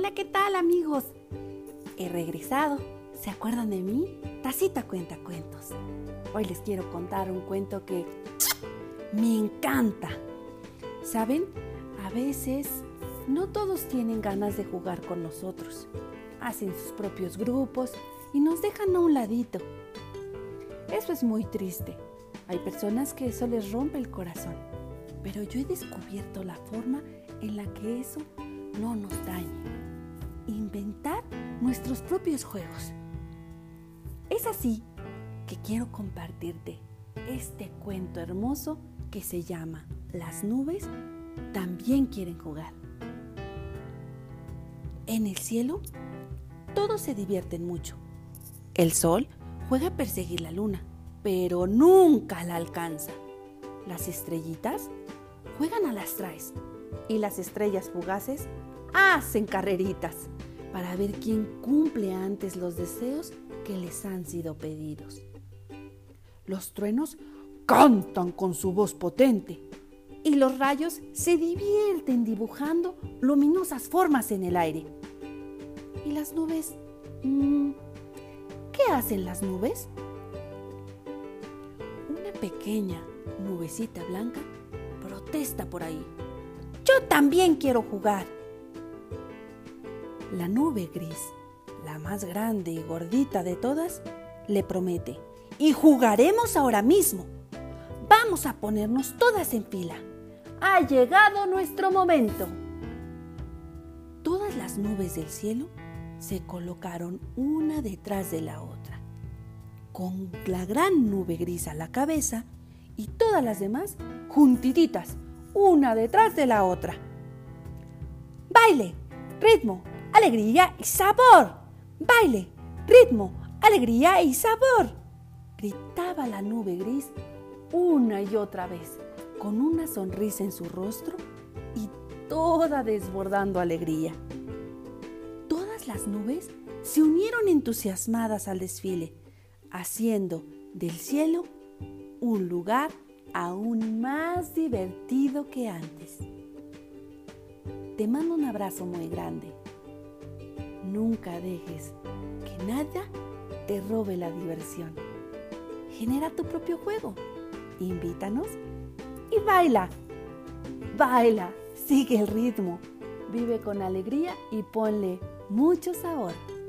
Hola, ¿qué tal, amigos? He regresado. ¿Se acuerdan de mí? Tacita cuenta cuentos. Hoy les quiero contar un cuento que me encanta. ¿Saben? A veces no todos tienen ganas de jugar con nosotros. Hacen sus propios grupos y nos dejan a un ladito. Eso es muy triste. Hay personas que eso les rompe el corazón. Pero yo he descubierto la forma en la que eso no nos dañe. Inventar nuestros propios juegos. Es así que quiero compartirte este cuento hermoso que se llama Las nubes también quieren jugar. En el cielo, todos se divierten mucho. El sol juega a perseguir la luna, pero nunca la alcanza. Las estrellitas juegan a las traes y las estrellas fugaces hacen carreritas para ver quién cumple antes los deseos que les han sido pedidos. Los truenos cantan con su voz potente y los rayos se divierten dibujando luminosas formas en el aire. ¿Y las nubes? ¿Qué hacen las nubes? Una pequeña nubecita blanca protesta por ahí. ¡Yo también quiero jugar! La nube gris, la más grande y gordita de todas, le promete: ¡y jugaremos ahora mismo! Vamos a ponernos todas en fila. ¡Ha llegado nuestro momento! Todas las nubes del cielo se colocaron una detrás de la otra, con la gran nube gris a la cabeza y todas las demás juntiditas, una detrás de la otra. ¡Baile, ritmo, alegría y sabor! ¡Baile, ritmo, alegría y sabor!, gritaba la nube gris una y otra vez, con una sonrisa en su rostro y toda desbordando alegría. Todas las nubes se unieron entusiasmadas al desfile, haciendo del cielo un lugar aún más divertido que antes. Te mando un abrazo muy grande. Nunca dejes que nada te robe la diversión. Genera tu propio juego. Invítanos y baila. Baila, sigue el ritmo. Vive con alegría y ponle mucho sabor.